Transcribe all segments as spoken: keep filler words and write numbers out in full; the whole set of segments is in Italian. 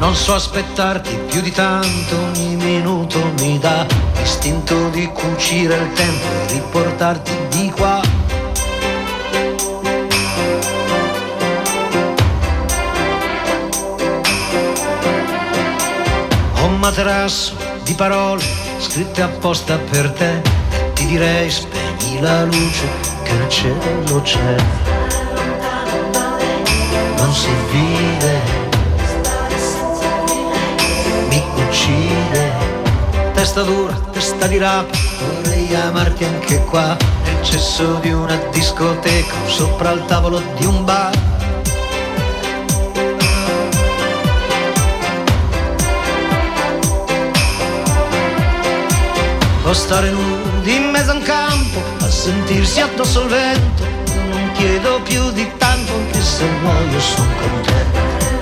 Non so aspettarti più di tanto, ogni minuto mi dà l'istinto di cucire il tempo e riportarti di qua. Ho un materasso di parole scritte apposta per te, ti direi spegni la luce che il cielo c'è. Non si vive, mi uccide, testa dura, testa di rapa, vorrei amarti anche qua, nel cesso di una discoteca, sopra il tavolo di un bar. O stare nudi in mezzo a un campo, a sentirsi addosso al vento, non chiedo più di tanto, anche se muoio son contento.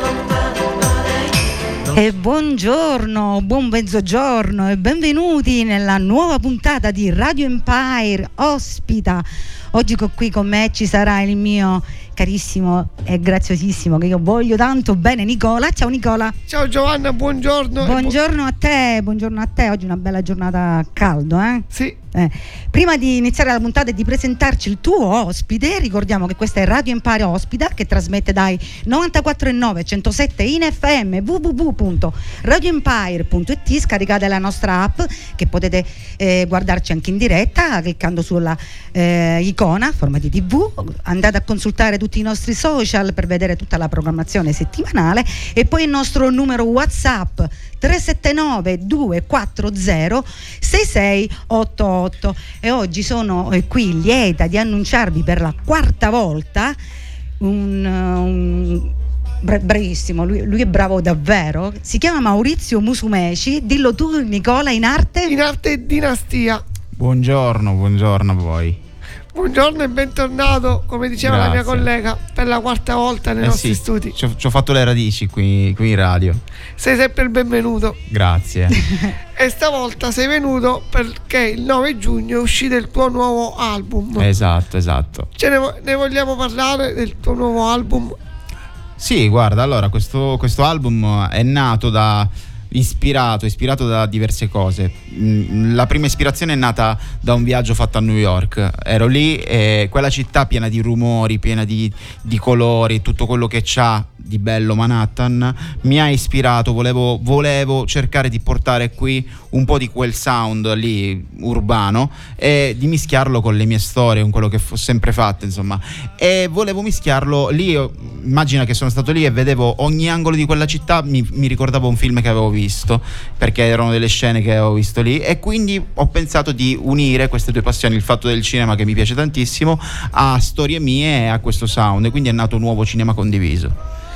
E buongiorno, buon mezzogiorno e benvenuti nella nuova puntata di Radio Empire Ospita. Oggi qui con me ci sarà il mio carissimo e graziosissimo, che io voglio tanto bene, Nicola. Ciao Nicola. Ciao Giovanna, buongiorno. Buongiorno a te, buongiorno a te. Oggi è una bella giornata a caldo, eh? Sì. Eh. Prima di iniziare la puntata e di presentarci il tuo ospite, ricordiamo che questa è Radio Empire Ospita, che trasmette dai novantaquattro virgola nove centosette in F M, w w w punto radio empire punto i t. Scaricate la nostra app che potete eh, guardarci anche in diretta cliccando sulla eh, icona formati tivù. Andate a consultare tutti i nostri social per vedere tutta la programmazione settimanale e poi il nostro numero WhatsApp tre sette nove due quattro zero sei sei otto otto. E oggi sono eh, qui lieta di annunciarvi per la quarta volta un, un bravissimo, lui, lui è bravo davvero, si chiama Maurizio Musumeci. Dillo tu Nicola, in arte? In arte dinastia. Buongiorno, buongiorno a voi. Buongiorno e bentornato, come diceva Grazie. la mia collega, per la quarta volta nei eh nostri sì, studi. Ci ho, ci ho fatto le radici qui, qui in radio. Sei sempre il benvenuto. Grazie. E stavolta sei venuto perché il nove giugno è uscito il tuo nuovo album. Esatto, esatto. Ce ne, ne vogliamo parlare del tuo nuovo album? Sì, guarda, allora questo, questo album è nato da... Ispirato, ispirato da diverse cose. La prima ispirazione è nata da un viaggio fatto a New York. Ero lì e quella città piena di rumori, piena di, di colori, tutto quello che c'ha di bello Manhattan mi ha ispirato. Volevo, volevo cercare di portare qui un po' di quel sound lì urbano e di mischiarlo con le mie storie, con quello che ho sempre fatto, insomma. E volevo mischiarlo lì. Io, immagina che sono stato lì e vedevo ogni angolo di quella città, mi, mi ricordavo un film che avevo visto, perché erano delle scene che avevo visto lì, e quindi ho pensato di unire queste due passioni, il fatto del cinema che mi piace tantissimo, a storie mie e a questo sound, e quindi è nato un nuovo cinema condiviso.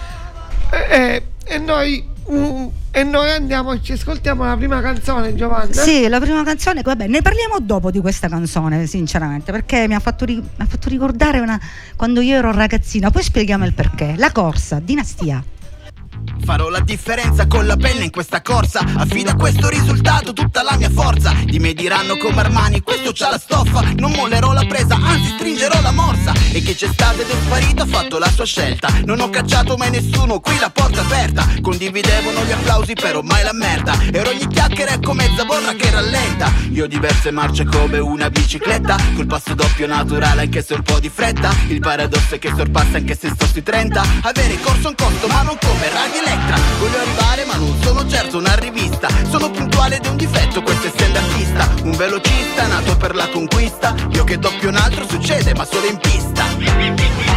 E, e noi uh, e noi andiamo e ci ascoltiamo la prima canzone, Giovanna. Sì, la prima canzone, vabbè, ne parliamo dopo di questa canzone, sinceramente, perché mi ha fatto, ri- mi ha fatto ricordare una, quando io ero ragazzina. Poi spieghiamo il perché. La corsa, dinastia. Farò la differenza con la penna in questa corsa. Affido a questo risultato tutta la mia forza. Di me diranno come Armani, questo c'ha la stoffa. Non mollerò la presa, anzi stringerò la morsa. E chi c'è stato ed è sparito ha fatto la sua scelta. Non ho cacciato mai nessuno, qui la porta aperta. Condividevano gli applausi però mai la merda. Ero ogni chiacchiera ecco mezza borra che rallenta. Io ho diverse marce come una bicicletta, col passo doppio naturale anche se un po' di fretta. Il paradosso è che sorpassa anche se sto sui trenta. Avere corso un costo ma non come Radio Elettra. Voglio arrivare ma non sono certo una rivista. Sono puntuale ed è un difetto questo essendo artista. Un velocista nato per la conquista. Io che doppio un altro succede ma solo in pista. Non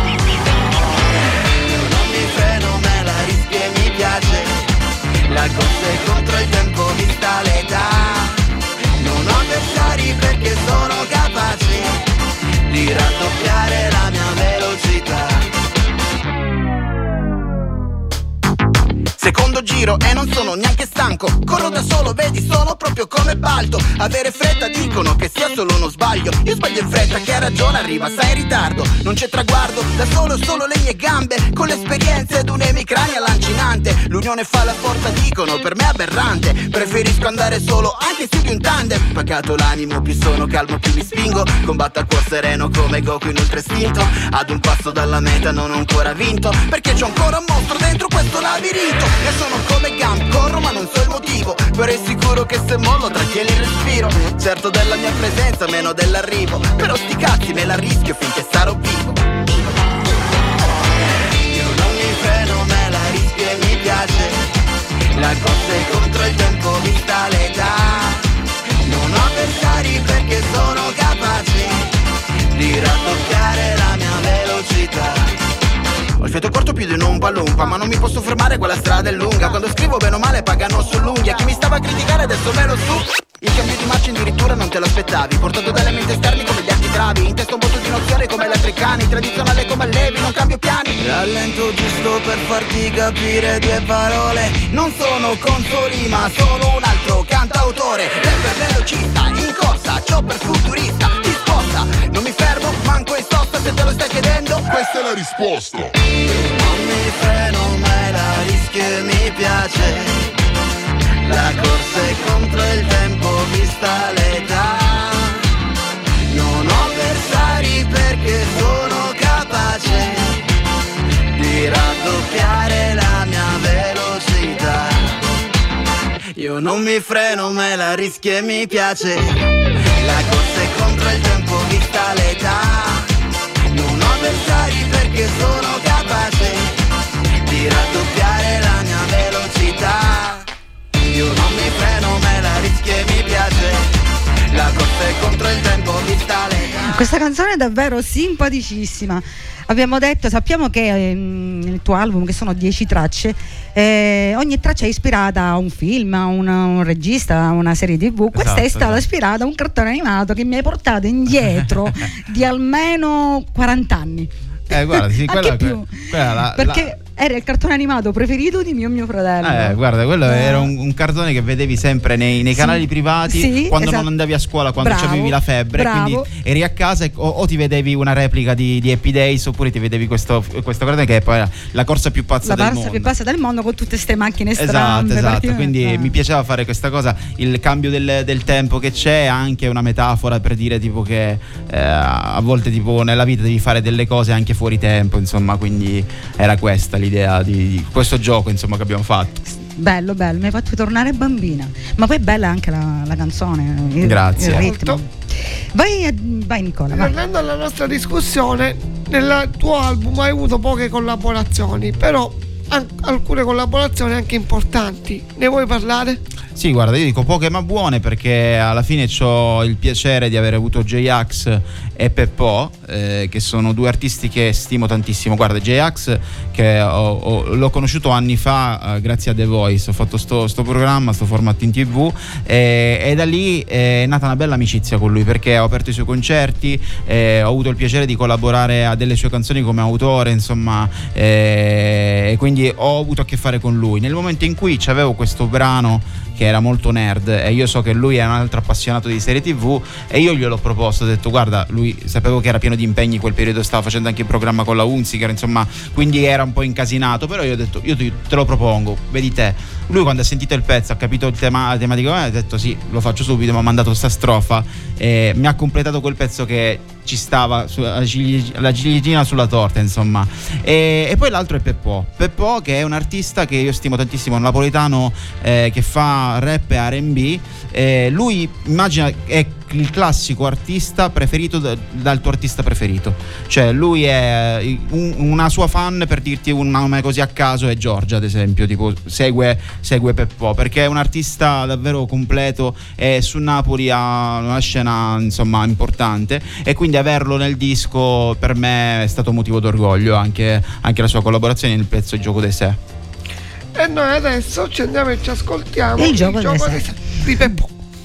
mi freno, me la rischio e mi piace. La corsa è contro il tempo vista l'età. Non ho avversari perché sono capace di raddoppiare la mia velocità. Secondo giro e non sono neanche stanco. Corro da solo, vedi, sono proprio come Baldo. Avere fretta dicono che sia solo uno sbaglio. Io sbaglio in fretta, che ha ragione arriva, sai in ritardo. Non c'è traguardo, da solo solo le mie gambe. Con l'esperienza ed un'emicrania lancinante. L'unione fa la forza dicono, per me è aberrante. Preferisco andare solo anche se di un tandem. Pacato l'animo, più sono calmo più mi spingo. Combatto a cuor sereno come Goku in ultra istinto. Ad un passo dalla meta non ho ancora vinto, perché c'ho ancora un mostro dentro questo labirinto. E sono come Gandalf so il motivo, però è sicuro che se mollo trattieni il respiro. Certo della mia presenza, meno dell'arrivo, però sti cazzi me la rischio finché sarò vivo. Io non mi freno, me la rischio e mi piace. La corsa è contro il tempo, vista l'età. Non ho avversari perché sono capace di raddoppiare la mia velocità. Ho il fiato corto più di un umpa lumpa, ma non mi posso fermare, quella strada è lunga. Quando scrivo bene o male pagano sull'unghia. Chi mi stava a criticare adesso me lo su. Il cambio di marcia addirittura non te lo aspettavi, portato da elementi esterni come gli architravi. In testa un botto di nozione come la Treccani, tradizionale come Allevi, non cambio piani. Rallento giusto per farti capire due parole. Non sono consoli ma sono un altro cantautore. Rapper velocista, in corsa, chopper futurista, ti sposta. Non mi fermo, manco in sosta, se te lo stai chiedendo questa è la risposta. Non mi freno, mai la rischio e mi piace. La corsa è contro il tempo, vista l'età. Non ho avversari perché sono capace di raddoppiare la mia velocità. Io non mi freno, me la rischio e mi piace. La corsa è contro il tempo, vista l'età. Non ho avversari perché sono capace di raddoppiare la mia velocità. Io non mi freno, me la rischio e mi piace. La corsa è contro il tempo, vista l'età. Questa canzone è davvero simpaticissima. Abbiamo detto, sappiamo che ehm, il tuo album, che sono dieci tracce, eh, ogni traccia è ispirata a un film, a un, un regista, a una serie tivù. Questa Esatto, è stata esatto. ispirata a un cartone animato che mi hai portato indietro di almeno quaranta anni. Eh, guarda, sì, Anche quella, più. quella la, Perché la... era il cartone animato preferito di mio mio fratello. Eh, guarda, quello Eh. era un, un cartone che vedevi sempre nei, nei Sì. canali privati, Sì, quando esatto. non andavi a scuola, quando Bravo, avevi la febbre, bravo. quindi eri a casa e, o, o ti vedevi una replica di, di Happy Days, oppure ti vedevi questo, questo cartone che è poi la, la corsa più pazza La del corsa mondo. più bassa del mondo con tutte queste macchine Esatto, strambe. esatto, praticamente. quindi Eh. mi piaceva fare questa cosa, il cambio del, del tempo che c'è, anche una metafora per dire tipo che eh, a volte tipo nella vita devi fare delle cose anche fuori tempo, insomma, quindi era questa l'idea di, di questo gioco, insomma, che abbiamo fatto. Bello, bello, mi hai fatto tornare bambina. Ma poi è bella anche la, la canzone, il, Grazie. il ritmo. Molto. Vai, eh, vai Nicola, vai. Tornando alla nostra discussione, nel tuo album hai avuto poche collaborazioni, però an- alcune collaborazioni anche importanti. Ne vuoi parlare? Sì, guarda, io dico poche ma buone, perché alla fine ho il piacere di aver avuto J-Ax e Peppo, eh, che sono due artisti che stimo tantissimo. Guarda, J-Ax che ho, ho, l'ho conosciuto anni fa eh, grazie a The Voice, ho fatto sto, sto programma, sto formato in tv, eh, e da lì è nata una bella amicizia con lui, perché ho aperto i suoi concerti, eh, ho avuto il piacere di collaborare a delle sue canzoni come autore, insomma, eh, e quindi ho avuto a che fare con lui. Nel momento in cui c'avevo questo brano che era molto nerd e io so che lui è un altro appassionato di serie tv, e io gliel'ho proposto, ho detto guarda, lui sapevo che era pieno di impegni, quel periodo stava facendo anche il programma con la Unziker, insomma, quindi era un po' incasinato, però io ho detto io te lo propongo, vedi te. Lui quando ha sentito il pezzo, ha capito il tema, la tematica, ha detto sì, lo faccio subito, mi ha mandato sta strofa e mi ha completato quel pezzo che ci stava, la ciliegina sulla torta, insomma. E, e poi l'altro è Peppo Peppo che è un artista che io stimo tantissimo, un napoletano eh, che fa rap e R and B. Eh, lui, immagina, è il classico artista preferito da, dal tuo artista preferito, cioè lui è un, una sua fan, per dirti un nome così a caso è Giorgia, ad esempio, tipo segue, segue Peppo perché è un artista davvero completo e su Napoli ha una scena, insomma, importante, e quindi averlo nel disco per me è stato motivo d'orgoglio, anche, anche la sua collaborazione nel pezzo Gioco de sé. E noi adesso ci andiamo e ci ascoltiamo Il gioco delle di, sette. di Peppo.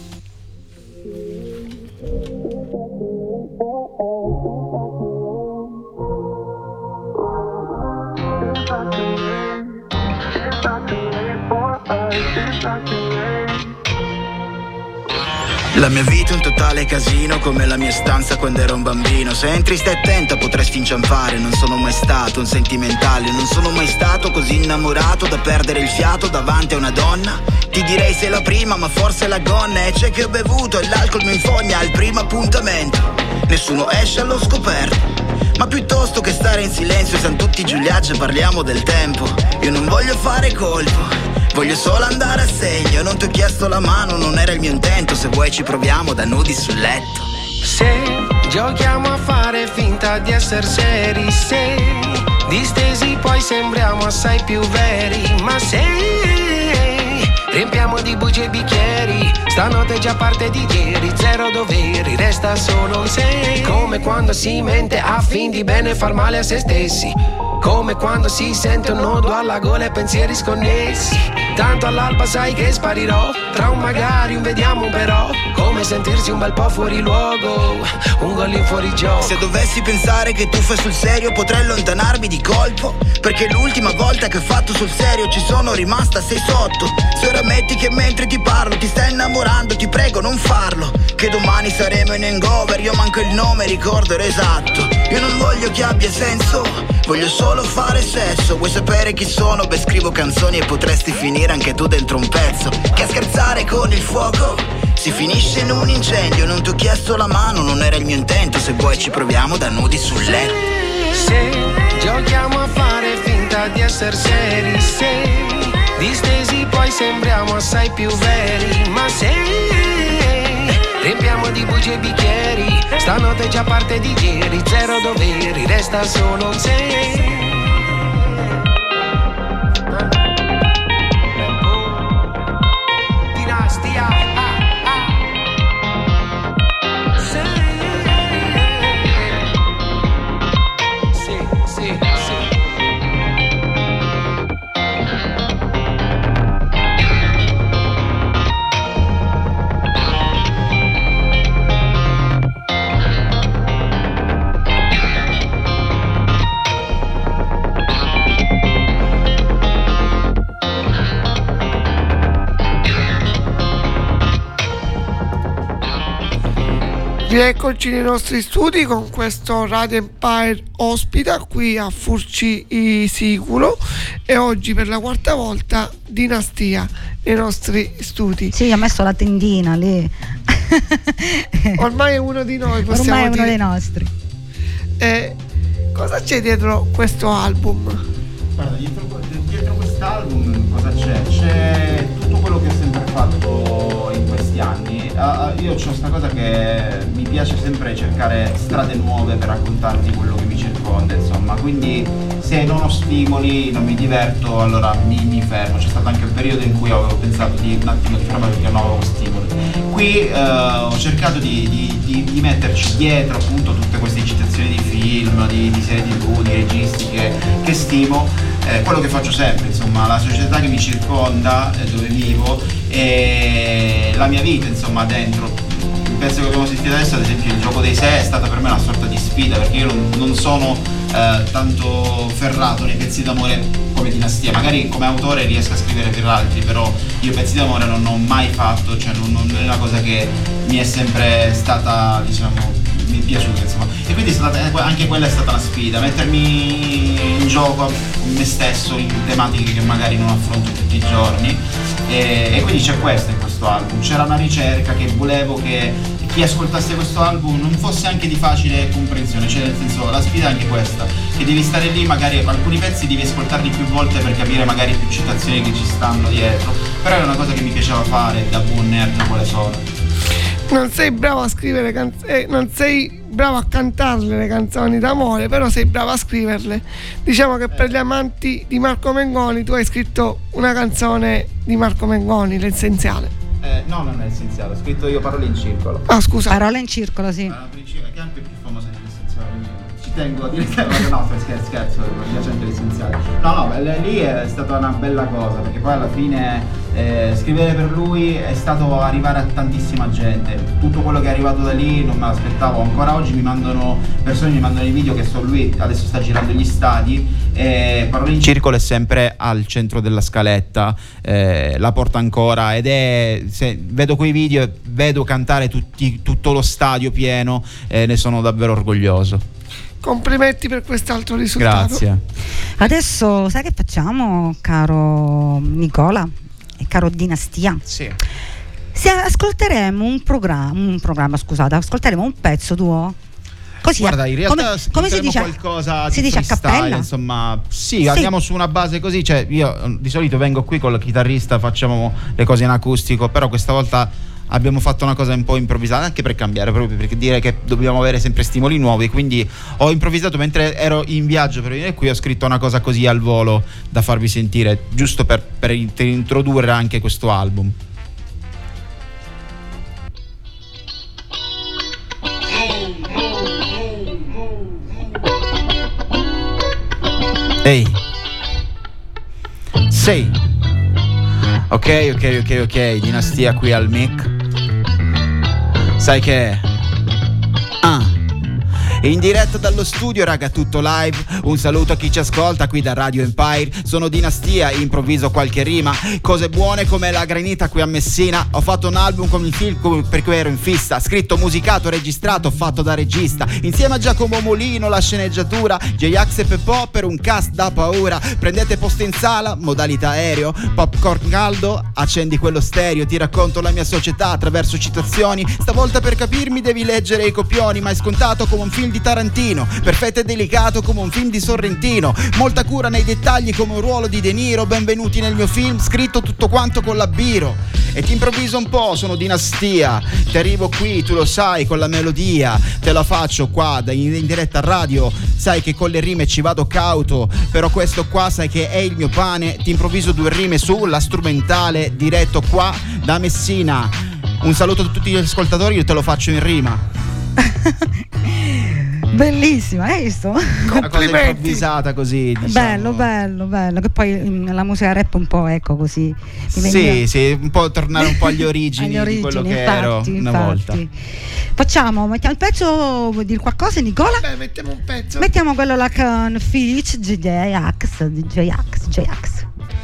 La mia vita è un totale casino, come la mia stanza quando ero un bambino. Se entri stai attenta, potresti inciampare. Non sono mai stato un sentimentale, non sono mai stato così innamorato da perdere il fiato davanti a una donna. Ti direi sei la prima, ma forse la gonna. E c'è che ho bevuto e l'alcol mi infogna al primo appuntamento. Nessuno esce allo scoperto, ma piuttosto che stare in silenzio, siamo tutti giuliacci e parliamo del tempo. Io non voglio fare colpo, voglio solo andare a segno. Non ti ho chiesto la mano, non era il mio intento. Se vuoi ci proviamo da nudi sul letto. Se giochiamo a fare finta di essere seri, se distesi poi sembriamo assai più veri. Ma se riempiamo di bugie i bicchieri, stanotte già parte di ieri. Zero doveri, resta solo un sei. Come quando si mente a fin di bene far male a se stessi. Come quando si sente un nodo alla gola e pensieri sconnessi. Tanto all'alba sai che sparirò, tra un magari un vediamo un però. Come sentirsi un bel po' fuori luogo, un gol in fuori gioco. Se dovessi pensare che tu fai sul serio potrei allontanarmi di colpo, perché l'ultima volta che ho fatto sul serio ci sono rimasta sei sotto. Se ora metti che mentre ti parlo ti stai innamorando, ti prego non farlo, che domani saremo in hangover. Io manco il nome, ricordo esatto. Io non voglio che abbia senso, voglio solo fare sesso. Vuoi sapere chi sono? Beh, scrivo canzoni e potresti finire anche tu dentro un pezzo. Che a scherzare con il fuoco si finisce in un incendio. Non ti ho chiesto la mano, non era il mio intento. Se vuoi ci proviamo da nudi sul letto. Se giochiamo a fare finta di essere seri, se distesi poi sembriamo assai più veri. Ma se riempiamo di bugie i bicchieri, stanotte già parte di ieri. Zero doveri, resta solo un sei. Dinastia, ah, ah. Sì, sì, sì. Rieccoci nei nostri studi con questo Radio Empire ospita qui a Furci Siculo, e oggi per la quarta volta Dinastia nei nostri studi. Sì, ha messo la tendina lì. Ormai è uno di noi, possiamo Ormai è uno dire. dei nostri. Eh, cosa c'è dietro questo album? Guarda, dietro, dietro quest'album cosa c'è? C'è tutto quello che ho sempre fatto in questi anni. Uh, io ho questa cosa che mi piace sempre cercare strade nuove per raccontarti quello che mi circonda, insomma, quindi se non ho stimoli, non mi diverto, allora mi, mi fermo. C'è stato anche un periodo in cui avevo pensato di un attimo di fermare perché non avevo stimoli. Qui uh, ho cercato di, di, di, di metterci dietro appunto tutte queste citazioni di film, di, di serie tv, di registi che, che stimo, eh, quello che faccio sempre, insomma, la società che mi circonda, eh, dove vivo, e la mia vita, insomma, dentro. Il pezzo che abbiamo sentito adesso, ad esempio il gioco dei sé, è stata per me una sorta di sfida, perché io non, non sono eh, tanto ferrato nei pezzi d'amore come Dinastia. Magari come autore riesco a scrivere per altri, però io pezzi d'amore non ho mai fatto, cioè non, non è una cosa che mi è sempre stata, diciamo, mi è piaciuta, insomma. E quindi è stata, anche quella è stata una sfida, mettermi in gioco con me stesso in tematiche che magari non affronto tutti i giorni. E, e quindi c'è questo in questo album, c'era una ricerca che volevo che chi ascoltasse questo album non fosse anche di facile comprensione, cioè nel senso, la sfida è anche questa, che devi stare lì, magari alcuni pezzi devi ascoltarli più volte per capire magari più citazioni che ci stanno dietro, però è una cosa che mi piaceva fare da buon nerd quale sono. Non sei bravo a scrivere canzoni, non sei bravo a cantarle le canzoni d'amore, però sei bravo a scriverle. Diciamo che per gli amanti di Marco Mengoni tu hai scritto una canzone di Marco Mengoni, l'essenziale. Eh, no, non è essenziale, ho scritto io Parole in circolo. Ah, scusa. Parole in circolo, sì. Una principio, che è anche più famosa dell'essenziale. Ci tengo a dire che no, scherzo, scherzo, mi piace anche l'essenziale. No, no, lì è stata una bella cosa, perché poi alla fine eh, scrivere per lui è stato arrivare a tantissima gente. Tutto quello che è arrivato da lì non me l'aspettavo. Ancora oggi mi mandano persone, mi mandano i video che so lui adesso sta girando gli stadi. E Parole in circolo è sempre al centro della scaletta, eh, la porta ancora, ed è, se vedo quei video e vedo cantare tutti, tutto lo stadio pieno, eh, ne sono davvero orgoglioso. Complimenti per quest'altro risultato. Grazie. Adesso sai che facciamo, caro Nicola e caro Dinastia? Sì. Se ascolteremo un programma, un programma, scusate, ascolteremo un pezzo tuo Così, Guarda, in realtà come, come si dice, qualcosa si di dice a freestyle, cappella? insomma, sì, Sì. andiamo su una base così, cioè io di solito vengo qui con il chitarrista, facciamo le cose in acustico, però questa volta abbiamo fatto una cosa un po' improvvisata, anche per cambiare, proprio perché dire che dobbiamo avere sempre stimoli nuovi, quindi ho improvvisato mentre ero in viaggio per venire qui, ho scritto una cosa così al volo da farvi sentire, giusto per, per introdurre anche questo album. Ehi, sei, ok, ok, ok, ok, Dinastia qui al mic. Sai che ah in diretta dallo studio, raga, tutto live. Un saluto a chi ci ascolta qui da Radio Empire. Sono Dinastia, improvviso qualche rima, cose buone come la granita qui a Messina. Ho fatto un album con il film per cui ero in fissa, scritto, musicato, registrato, fatto da regista. Insieme a Giacomo Molino la sceneggiatura, J-Ax e Peppo per un cast da paura. Prendete posto in sala, modalità aereo, popcorn caldo, accendi quello stereo. Ti racconto la mia società attraverso citazioni. Stavolta per capirmi devi leggere i copioni, ma è scontato come un film di Tarantino, perfetto e delicato come un film di Sorrentino, molta cura nei dettagli come un ruolo di De Niro. Benvenuti nel mio film, scritto tutto quanto con la biro. E ti improvviso un po', sono Dinastia, ti arrivo qui, tu lo sai, con la melodia, te la faccio qua in, in diretta a radio. Sai che con le rime ci vado cauto, però questo qua sai che è il mio pane. Ti improvviso due rime sulla strumentale, diretto qua da Messina. Un saluto a tutti gli ascoltatori, io te lo faccio in rima. Bellissima, hai visto? Una cosa improvvisata così, diciamo. Bello, bello, bello. Che poi mh, la musica rap un po', ecco, così. mi Sì, veniva- sì, un po' tornare un po' agli origini, agli di quello origini, che infatti, ero una infatti. volta. Facciamo, mettiamo il pezzo, vuoi dire qualcosa, Nicola? Beh, mettiamo un pezzo. Mettiamo quello là con Fitch, J-Ax, J-Ax, J-Ax.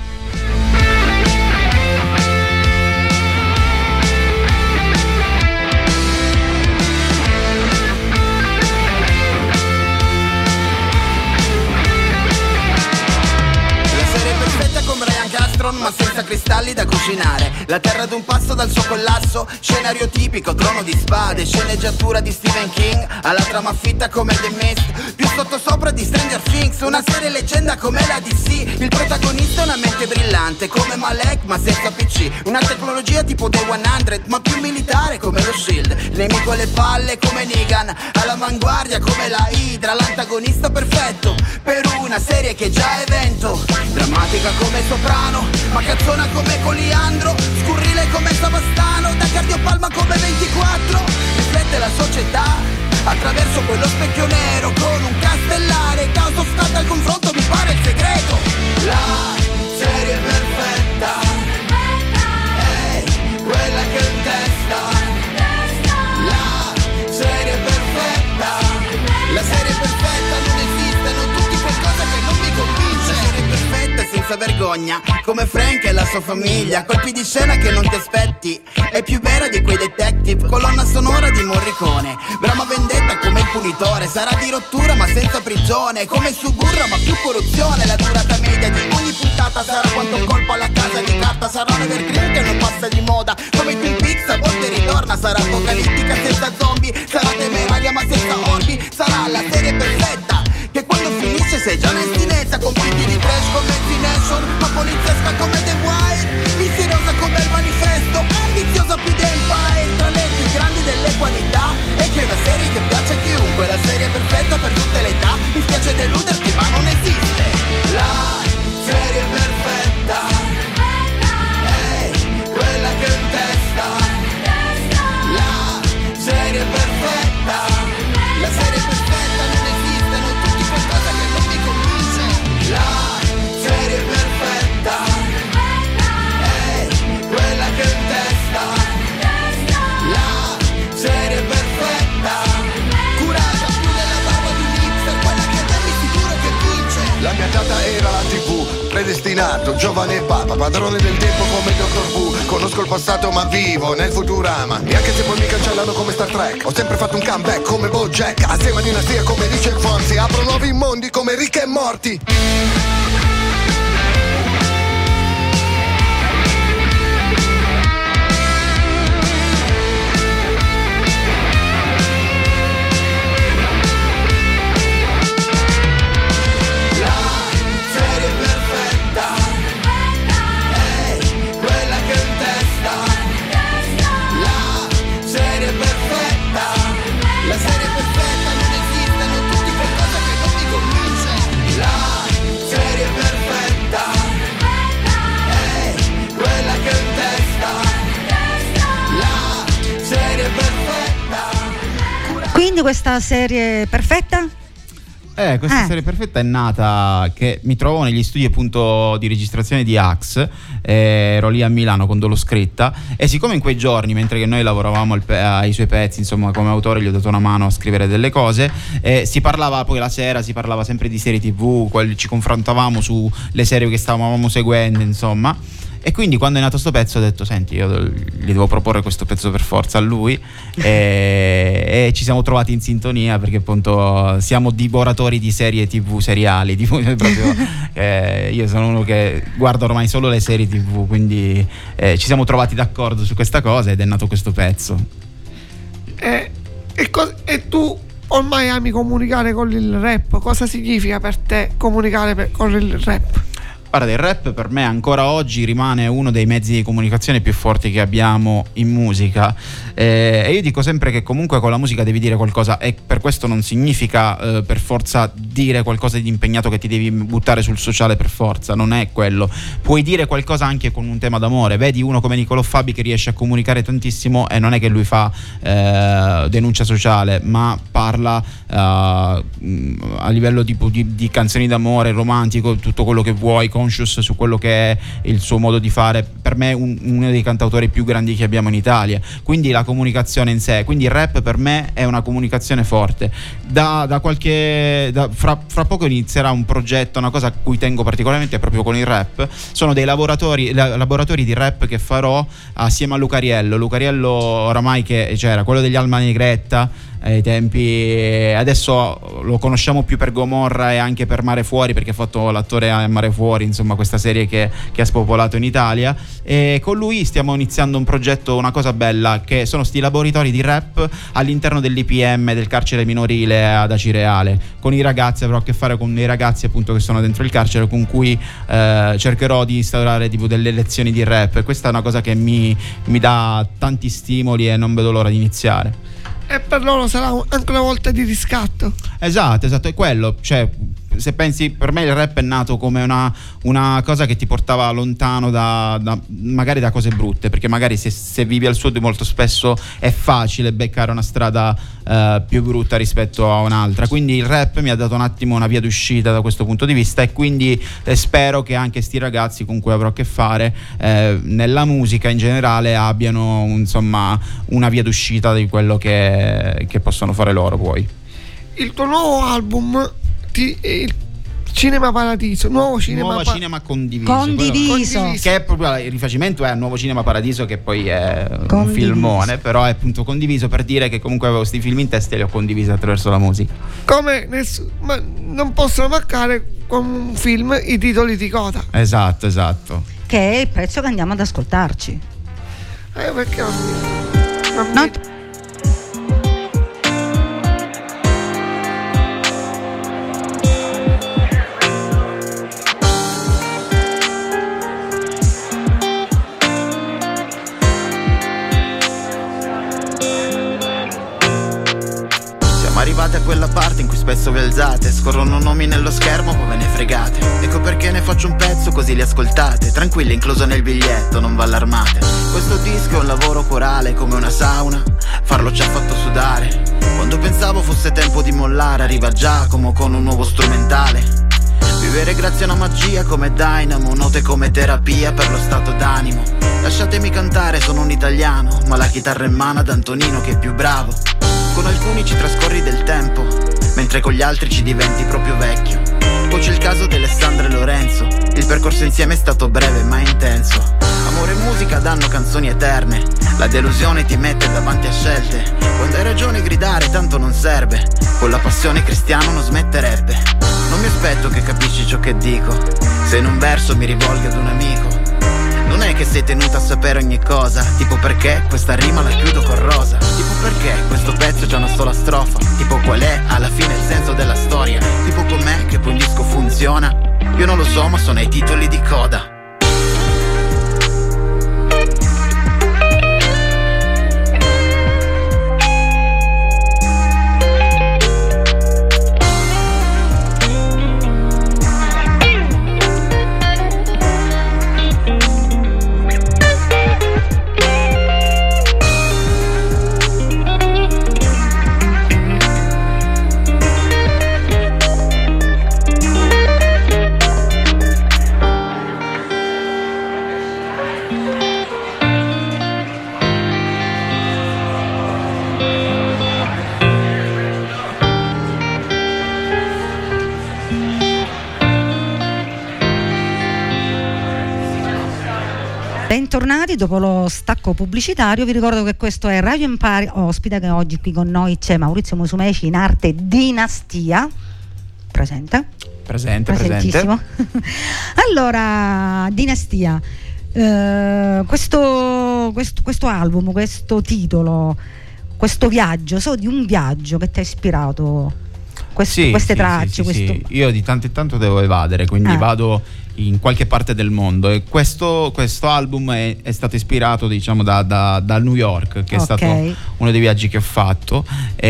Ma senza cristalli da cucinare. La terra ad un passo dal suo collasso. Scenario tipico, trono di spade. Sceneggiatura di Stephen King. Alla trama fitta come The Mist. Più sottosopra di Stranger Things. Una serie leggenda come la D C. Il protagonista è una mente brillante come Malek ma senza P C. Una tecnologia tipo The cento ma più militare come lo Shield. Il nemico alle palle come Negan. All'avanguardia come la Hydra. L'antagonista perfetto per una serie che già è evento. Drammatica come Soprano, ma cazzona come Coliandro, scurrile come Savastano, da cardiopalma come ventiquattro. Riflette la società attraverso quello specchio nero, con un castellare, caos of scat al confronto mi pare il segreto. La serie perfetta, ehi, quella che ho in testa. La serie perfetta, la serie perfetta non esiste, non tutti qualcosa che non mi convince. La serie perfetta senza vergogna, come Frank e la sua famiglia, colpi di scena che non ti aspetti, è più vera di quei detective, colonna sonora di Morricone, brama vendetta come il punitore, sarà di rottura ma senza prigione, come Suburra ma più corruzione, la durata media di ogni puntata sarà quanto un colpo alla casa di carta, sarà un evergreen che non passa di moda, come Twin Peaks a volte ritorna, sarà apocalittica senza zombie, sarà temeraria ma senza orbi, sarà la serie perfetta, che quando finisce sei già un'estinenza, con figli di trash come Z-Nation, ma poliziesca come The Wire, misteriosa come il manifesto, ambiziosa più di Empire, tra le più grandi delle qualità, e che è una serie che piace a chiunque, la serie perfetta per tutte le età, mi spiace deluderti ma non esiste, la serie perfetta, ehi, quella che ho in testa, la serie perfetta, la serie perfetta non esiste, non tutti qualcosa che non mi convince, la serie perfetta, ehi, quella che ho in testa, la serie perfetta, curata più della barba di un hipster, quella che dammi sicuro che vince. La mia data era la tivù, predestinato, giovane papa, padrone del tempo come Doctor Who. Conosco il passato ma vivo nel Futurama, e anche se poi mi cancellano come Star Trek, ho sempre fatto un comeback come BoJack, assieme a Dinastia come dice Fonzi, apro nuovi mondi come Rick e Morty. questa serie perfetta? Eh, questa Eh. serie perfetta è nata che mi trovo negli studi appunto di registrazione di Axe, eh, ero lì a Milano quando l'ho scritta, e siccome in quei giorni, mentre che noi lavoravamo al pe- ai suoi pezzi, insomma come autore gli ho dato una mano a scrivere delle cose, eh, si parlava poi la sera, si parlava sempre di serie tv, quelli, ci confrontavamo sulle serie che stavamo seguendo, insomma. E quindi quando è nato sto pezzo ho detto senti, io gli devo proporre questo pezzo per forza a lui e, e ci siamo trovati in sintonia perché appunto siamo divoratori di serie tv seriali, tipo, proprio, eh, io sono uno che guarda ormai solo le serie tv, quindi eh, ci siamo trovati d'accordo su questa cosa ed è nato questo pezzo. E, e, co- e tu ormai ami comunicare con il rap, cosa significa per te comunicare per- con il rap? Guarda, il rap per me ancora oggi rimane uno dei mezzi di comunicazione più forti che abbiamo in musica, eh, e io dico sempre che comunque con la musica devi dire qualcosa, e per questo non significa eh, per forza dire qualcosa di impegnato che ti devi buttare sul sociale per forza, non è quello. Puoi dire qualcosa anche con un tema d'amore, vedi uno come Nicolò Fabi che riesce a comunicare tantissimo e non è che lui fa eh, denuncia sociale, ma parla eh, a livello tipo di, di canzoni d'amore, romantico, tutto quello che vuoi, conscious su quello che è il suo modo di fare. Per me è un, uno dei cantautori più grandi che abbiamo in Italia, quindi la comunicazione in sé, quindi il rap per me è una comunicazione forte. Da, da qualche da, fra, fra poco inizierà un progetto, una cosa a cui tengo particolarmente proprio con il rap, sono dei laboratori, la, laboratori di rap che farò assieme a Lucariello Lucariello oramai che c'era, quello degli Alma Negretta ai tempi, adesso lo conosciamo più per Gomorra e anche per Mare Fuori, perché ha fatto l'attore a Mare Fuori, insomma questa serie che, che ha spopolato in Italia, e con lui stiamo iniziando un progetto, una cosa bella, che sono sti laboratori di rap all'interno dell'I P M, del carcere minorile ad Acireale, con i ragazzi, avrò a che fare con i ragazzi appunto che sono dentro il carcere, con cui eh, cercherò di instaurare tipo delle lezioni di rap, e questa è una cosa che mi, mi dà tanti stimoli e non vedo l'ora di iniziare. E per loro sarà anche una volta di riscatto. Esatto, esatto, è quello, cioè se pensi, per me il rap è nato come una, una cosa che ti portava lontano da, da magari da cose brutte, perché magari se, se vivi al sud molto spesso è facile beccare una strada eh, più brutta rispetto a un'altra, quindi il rap mi ha dato un attimo una via d'uscita da questo punto di vista, e quindi eh, spero che anche sti ragazzi con cui avrò a che fare eh, nella musica in generale abbiano insomma una via d'uscita di quello che, che possono fare loro poi. Il tuo nuovo album, ti, il Cinema Paradiso, nuovo cinema, Nuovo pa- cinema condiviso, Condiviso. Condiviso. che è proprio il rifacimento è a Nuovo Cinema Paradiso, che poi è un Condiviso. filmone, però è appunto condiviso per dire che comunque avevo questi film in testa e li ho condivisi attraverso la musica. come ness- ma non possono mancare con un film i titoli di coda. Esatto, esatto. Che è il pezzo che andiamo ad ascoltarci. Eh, perché non non mi- No? Siamo arrivati a quella parte in cui spesso vi alzate, scorrono nomi nello schermo, poi ve ne fregate. Ecco perché ne faccio un pezzo così li ascoltate, tranquilli, incluso nel biglietto, non vi allarmate. Questo disco è un lavoro corale come una sauna, farlo ci ha fatto sudare. Quando pensavo fosse tempo di mollare, arriva Giacomo con un nuovo strumentale. Vivere grazie a una magia come Dynamo, note come terapia per lo stato d'animo. Lasciatemi cantare, sono un italiano, ma la chitarra in mano ad Antonino che è più bravo. Con alcuni ci trascorri del tempo, mentre con gli altri ci diventi proprio vecchio. Poi c'è il caso di Alessandra e Lorenzo, il percorso insieme è stato breve ma intenso. Amore e musica danno canzoni eterne, la delusione ti mette davanti a scelte. Quando hai ragione gridare tanto non serve, con la passione cristiano non smetterebbe. Non mi aspetto che capisci ciò che dico, se in un verso mi rivolgo ad un amico. Non è che sei tenuta a sapere ogni cosa, tipo perché questa rima la chiudo con rosa, tipo perché questo pezzo c'ha una sola strofa, tipo qual è alla fine il senso della storia, tipo com'è che poi un disco funziona. Io non lo so ma sono ai titoli di coda. Bentornati dopo lo stacco pubblicitario. Vi ricordo che questo è Radio Empire Ospita, che oggi qui con noi c'è Maurizio Musumeci in arte Dinastia. Presente? Presente, Presentissimo. presente. Allora, Dinastia, eh, questo, questo, questo album, questo titolo, questo viaggio, so di un viaggio che ti ha ispirato quest- Sì, queste sì, tracce. sì, sì, questo... sì. Io di tanto in tanto devo evadere, quindi Ah. vado in qualche parte del mondo, e questo, questo album è, è stato ispirato, diciamo, da, da, da New York, che è Ok. stato uno dei viaggi che ho fatto,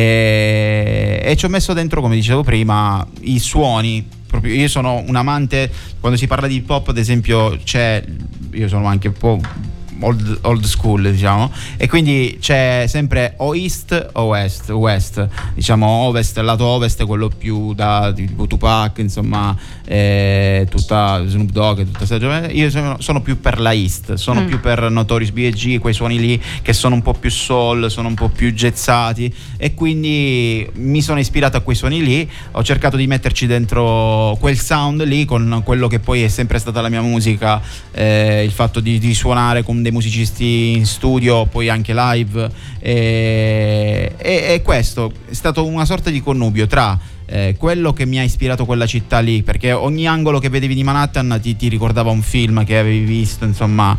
e, e ci ho messo dentro, come dicevo prima, i suoni. Proprio io sono un amante, quando si parla di hip hop ad esempio, c'è, io sono anche un po' old, old school, diciamo, e quindi c'è sempre o east o west, west, diciamo ovest, il lato ovest è quello più da tipo Tupac, insomma, eh, tutta Snoop Dogg e tutta questa gente. Io sono, sono più per la east, sono Mm. più per Notorious B I G, quei suoni lì che sono un po' più soul, sono un po' più jazzati, e quindi mi sono ispirato a quei suoni lì, ho cercato di metterci dentro quel sound lì con quello che poi è sempre stata la mia musica, eh, il fatto di, di suonare con dei musicisti in studio, poi anche live, e, e, e questo è stato una sorta di connubio tra eh, quello che mi ha ispirato quella città lì, perché ogni angolo che vedevi di Manhattan ti, ti ricordava un film che avevi visto, insomma,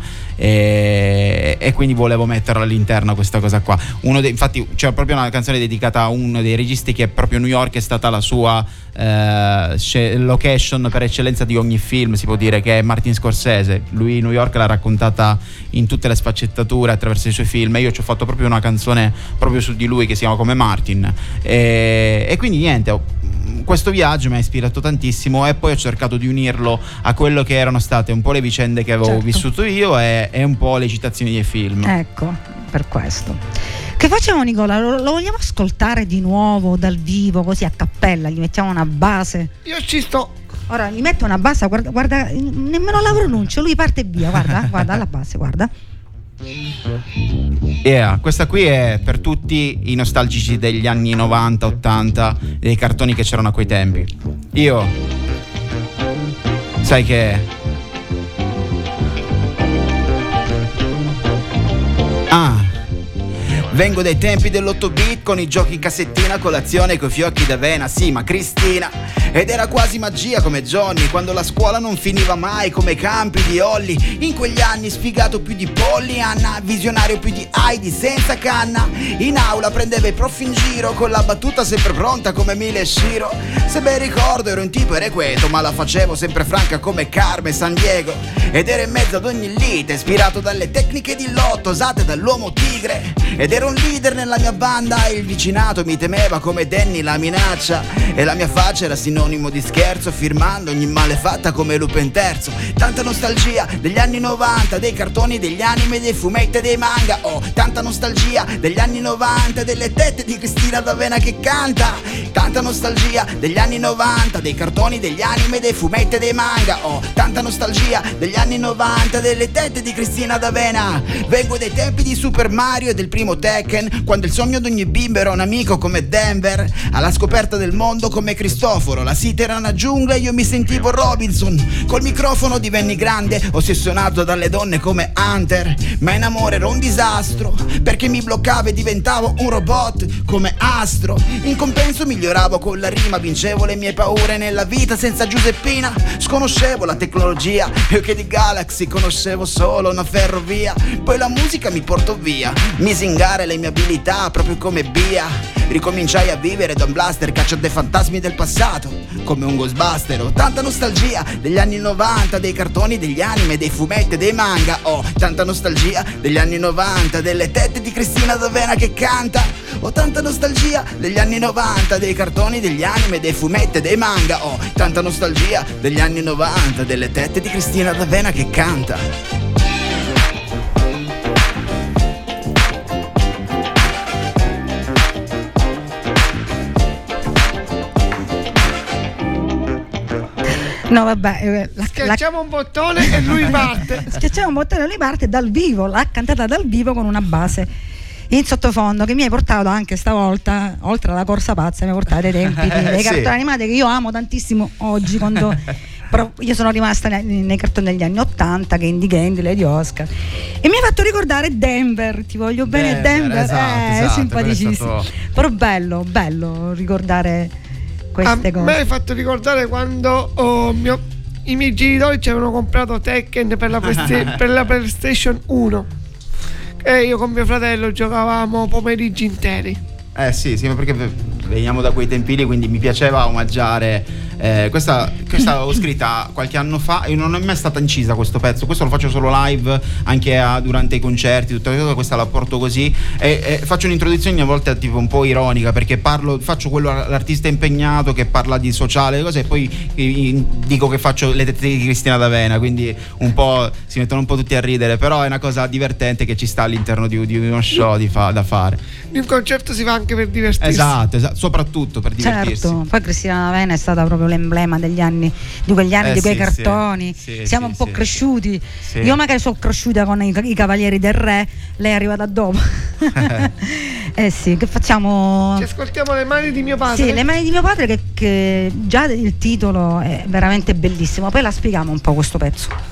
e, e quindi volevo metterla all'interno questa cosa qua. Uno dei, infatti c'è proprio una canzone dedicata a uno dei registi che proprio New York è stata la sua eh, location per eccellenza di ogni film, si può dire, che è Martin Scorsese. Lui New York l'ha raccontata in tutte le sfaccettature attraverso i suoi film, e io ci ho fatto proprio una canzone proprio su di lui che si chiama come Martin, e, e quindi niente, ho, questo viaggio mi ha ispirato tantissimo, e poi ho cercato di unirlo a quello che erano state un po' le vicende che avevo Certo. vissuto io, e, e un po' le citazioni dei film. Ecco, per questo. Che facciamo, Nicola? Lo, lo vogliamo ascoltare di nuovo dal vivo, così a cappella? Gli mettiamo una base? Io ci sto. Ora gli metto una base, guarda, guarda, nemmeno la pronuncio, lui parte via, guarda, guarda alla base, guarda. Yeah, questa qui è per tutti i nostalgici degli anni novanta, ottanta, dei cartoni che c'erano a quei tempi. Io, sai che ah vengo dai tempi dell'otto bit con i giochi in cassettina, colazione coi fiocchi d'avena, sì, ma Cristina. Ed era quasi magia come Johnny, quando la scuola non finiva mai, come campi di Holly. In quegli anni sfigato più di Polly Anna, visionario più di Heidi senza canna. In aula prendeva i prof in giro con la battuta sempre pronta come Mile e Shiro. Se ben ricordo ero un tipo irrequieto, ma la facevo sempre franca come Carmen San Diego. Ed ero in mezzo ad ogni lite, ispirato dalle tecniche di lotto usate dall'uomo tigre. Ed ero un leader nella mia banda, e il vicinato mi temeva come Danny la minaccia. E la mia faccia era sinonimo di scherzo, firmando ogni malefatta come Lupin terzo. Tanta nostalgia degli anni novanta, dei cartoni, degli anime, dei fumetti e dei manga. Oh, tanta nostalgia degli anni novanta, delle tette di Cristina D'Avena che canta. Tanta nostalgia degli anni novanta, dei cartoni, degli anime, dei fumetti e dei manga. Oh, tanta nostalgia degli anni novanta, delle tette di Cristina D'Avena. Vengo dai tempi di Super Mario e del primo Tekken, quando il sogno di ogni bimbo era un amico come Denver, alla scoperta del mondo come Cristoforo. La city era una giungla e io mi sentivo Robinson. Col microfono divenni grande, ossessionato dalle donne come Hunter. Ma in amore ero un disastro, perché mi bloccavo e diventavo un robot come Astro. In compenso miglioravo con la rima, vincevo le mie paure nella vita senza Giuseppina. Sconoscevo la tecnologia, io che di Galaxy conoscevo solo una ferrovia. Poi la musica mi portò via, misi in gara le mie abilità proprio come Bia. Ricominciai a vivere da un blaster, caccia dei fantasmi del passato come un Ghostbuster. Ho tanta nostalgia degli anni novanta, dei cartoni, degli anime, dei fumetti e dei manga. Ho tanta nostalgia degli anni novanta, delle tette di Cristina D'Avena che canta. Ho tanta nostalgia degli anni novanta, dei cartoni, degli anime, dei fumetti e dei manga. Ho tanta nostalgia degli anni novanta, delle tette di Cristina D'Avena che canta. No, vabbè, eh, la, Schiacciamo un bottone e lui parte. Schiacciamo un bottone e lui parte dal vivo, l'ha cantata dal vivo con una base in sottofondo che mi hai portato anche stavolta, oltre alla corsa pazza, mi hai portato ai tempi dei Sì. cartoni animati che io amo tantissimo oggi, quando però io sono rimasta nei, nei cartoni degli anni ottanta, Candy Candy, Lady Oscar, e mi ha fatto ricordare Denver, ti voglio bene Denver, Denver, esatto, eh, esatto, simpaticissimo, stato... però bello, bello ricordare queste a cose. me hai fatto ricordare quando oh, mio, i miei genitori ci avevano comprato Tekken per la, Playsta- per la PlayStation uno e io con mio fratello giocavamo pomeriggi interi. Eh sì, sì, ma perché veniamo da quei tempi lì, quindi mi piaceva omaggiare. Eh, questa, questa l'avevo scritta qualche anno fa e non è mai stata incisa questo pezzo. Questo lo faccio solo live, anche a, durante i concerti, tutta questa la porto così. E, e faccio un'introduzione a volte tipo un po' ironica, perché parlo, faccio quello l'artista impegnato che parla di sociale, cose, e poi eh, dico che faccio le tette di Cristina D'Avena, quindi un po' si mettono un po' tutti a ridere, però è una cosa divertente che ci sta all'interno di, di uno show di fa, da fare. In un concerto si va anche per divertirsi. Esatto, esatto, soprattutto per divertirsi. Certo, poi Cristina D'Avena è stata proprio l'emblema degli anni, di quegli anni, Eh di quei sì, cartoni. sì, sì, Siamo sì, un po' sì, cresciuti. sì. Io magari sono cresciuta con i, i Cavalieri del Re, lei è arrivata dopo. Eh sì, che facciamo? Ci ascoltiamo Le mani di mio padre. Sì, Le mani di mio padre, che, che già il titolo è veramente bellissimo. Poi la spieghiamo un po' questo pezzo.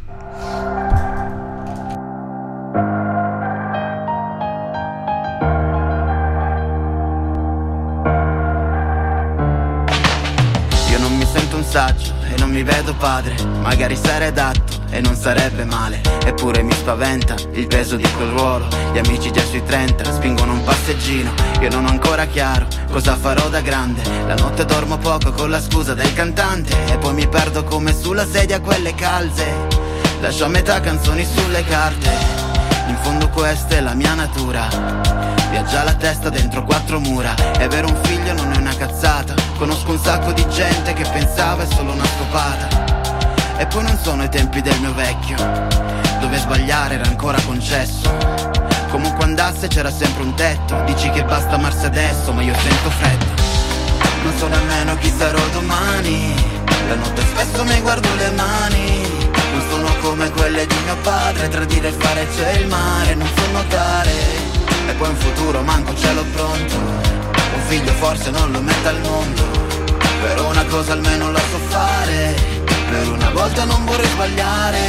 Saggio e non mi vedo padre, magari sarei adatto e non sarebbe male, eppure mi spaventa il peso di quel ruolo. Gli amici già sui trenta spingono un passeggino, io non ho ancora chiaro cosa farò da grande. La notte dormo poco con la scusa del cantante e poi mi perdo come sulla sedia quelle calze. Lascio a metà canzoni sulle carte, in fondo questa è la mia natura. Viaggia la testa dentro quattro mura. E avere un figlio non è una cazzata. Conosco un sacco di gente che pensava è solo una scopata. E poi non sono i tempi del mio vecchio, dove sbagliare era ancora concesso. Comunque andasse c'era sempre un tetto. Dici che basta amarsi adesso, ma io sento freddo. Non so nemmeno chi sarò domani. La notte spesso mi guardo le mani. Non sono come quelle di mio padre. Tra dire e fare c'è il mare, non so nuotare. E poi in futuro manco ce l'ho pronto. Un figlio forse non lo mette al mondo. Però una cosa almeno la so fare. Per una volta non vorrei sbagliare.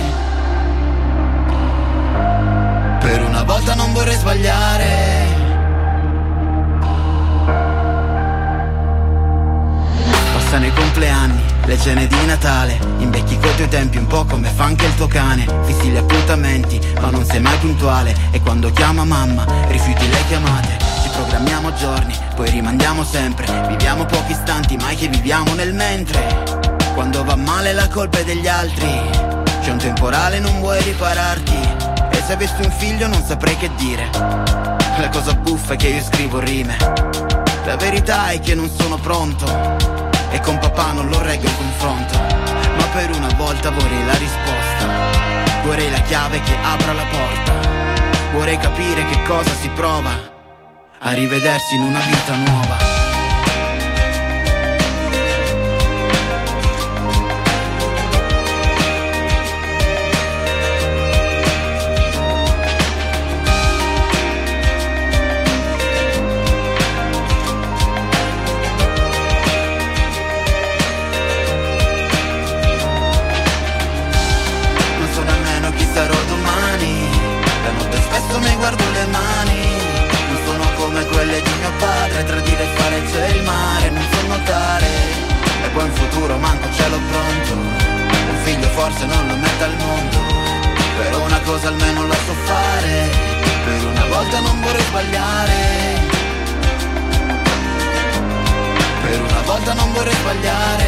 Per una volta non vorrei sbagliare. Passano i compleanni, le cene di Natale. Invecchi coi tuoi tempi un po' come fa anche il tuo cane. Fissi gli appuntamenti ma non sei mai puntuale. E quando chiama mamma rifiuti le chiamate. Ci programmiamo giorni, poi rimandiamo sempre. Viviamo pochi istanti mai che viviamo nel mentre. Quando va male la colpa è degli altri. C'è un temporale non vuoi ripararti. E se avessi un figlio non saprei che dire. La cosa buffa è che io scrivo rime. La verità è che non sono pronto e con papà non lo reggo il confronto. Ma per una volta vorrei la risposta. Vorrei la chiave che apra la porta. Vorrei capire che cosa si prova a rivedersi in una vita nuova. Mi guardo le mani, non sono come quelle di mio padre. Tra dire e fare c'è il mare, non so nuotare. E poi in futuro manco ce l'ho pronto. Un figlio forse non lo mette al mondo. Però una cosa almeno la so fare. Per una volta non vorrei sbagliare. Per una volta non vorrei sbagliare.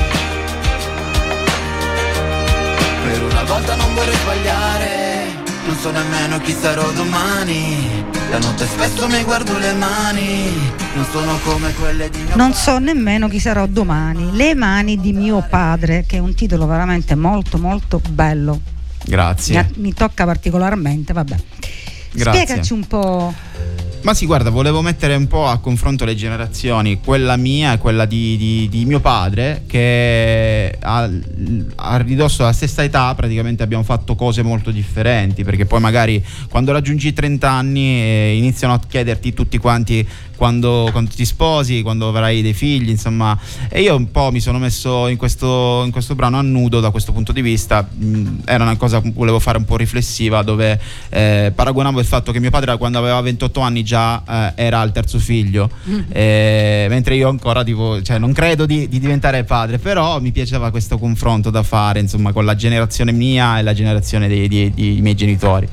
Per una volta non vorrei sbagliare. Non so nemmeno chi sarò domani. La notte spesso mi guardo le mani. Non sono come quelle di mio Non padre. so nemmeno chi sarò domani. Le mani di mio padre, che è un titolo veramente molto molto bello. Grazie. Mi, mi tocca particolarmente, vabbè. Grazie. Spiegaci un po'. Ma sì, guarda, volevo mettere un po' a confronto le generazioni, quella mia e quella di, di, di mio padre, che a, a ridosso alla stessa età praticamente abbiamo fatto cose molto differenti, perché poi magari quando raggiungi i trenta anni eh, iniziano a chiederti tutti quanti quando, quando ti sposi, quando avrai dei figli, insomma, e io un po' mi sono messo in questo, in questo brano a nudo da questo punto di vista. Mh, era una cosa che volevo fare un po' riflessiva, dove eh, paragonavo il fatto che mio padre quando aveva ventotto anni già eh, era al terzo figlio, mm. eh, mentre io ancora tipo, cioè, non credo di, di diventare padre, però mi piaceva questo confronto da fare, insomma, con la generazione mia e la generazione dei, dei, dei miei genitori.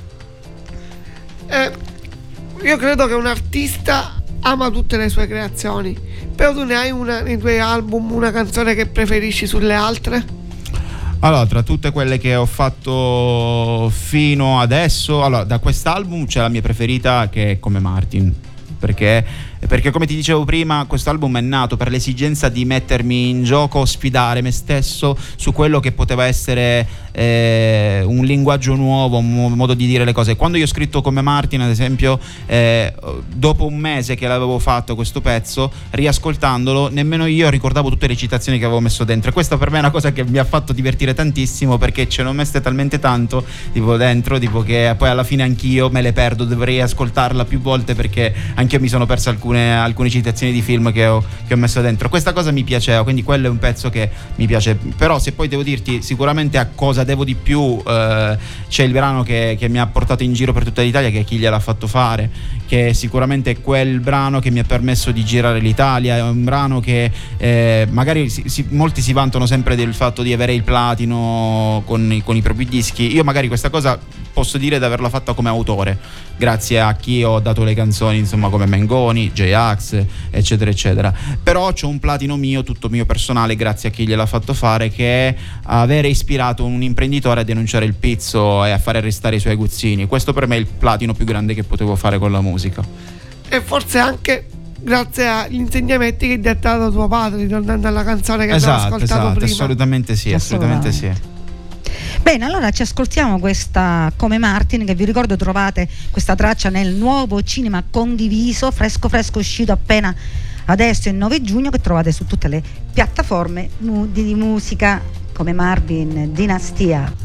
Eh, io credo che un artista ama tutte le sue creazioni, però tu ne hai una nei tuoi album, una canzone che preferisci sulle altre? Allora, tra tutte quelle che ho fatto fino adesso, allora, da quest'album c'è la mia preferita, che è Come Martin, perché perché come ti dicevo prima, questo album è nato per l'esigenza di mettermi in gioco, sfidare me stesso su quello che poteva essere eh, un linguaggio nuovo, un modo di dire le cose. Quando io ho scritto Come Martin, ad esempio, eh, dopo un mese che l'avevo fatto questo pezzo, riascoltandolo, nemmeno io ricordavo tutte le citazioni che avevo messo dentro, e questa per me è una cosa che mi ha fatto divertire tantissimo, perché ce ne ho messe talmente tanto tipo dentro, tipo che poi alla fine anch'io me le perdo, dovrei ascoltarla più volte, perché anch'io mi sono perso alcune alcune citazioni di film che ho, che ho messo dentro. Questa cosa mi piaceva, quindi quello è un pezzo che mi piace. Però se poi devo dirti sicuramente a cosa devo di più, eh, c'è il brano che, che mi ha portato in giro per tutta l'Italia, che è Chi gliel'ha fatto fare, che sicuramente è quel brano che mi ha permesso di girare l'Italia. È un brano che eh, magari si, si, molti si vantano sempre del fatto di avere il platino con i, con i propri dischi. Io magari questa cosa posso dire di averla fatta come autore, grazie a chi ho dato le canzoni, insomma, come Mengoni, J-Ax, eccetera eccetera. Però c'ho un platino mio, tutto mio personale, grazie a chi gliel'ha fatto fare, che è avere ispirato un imprenditore a denunciare il pizzo e a fare arrestare i suoi aguzzini. Questo per me è il platino più grande che potevo fare con la musica. E forse anche grazie agli insegnamenti che ti ha dato tuo padre, ritornando alla canzone che esatto, abbiamo ascoltato esatto, prima. Assolutamente sì, assolutamente sì. Bene, allora ci ascoltiamo questa Come Martin, che vi ricordo trovate questa traccia nel nuovo cinema condiviso, fresco fresco, uscito appena adesso il nove giugno, che trovate su tutte le piattaforme di musica. Come Marvin, Dinastia.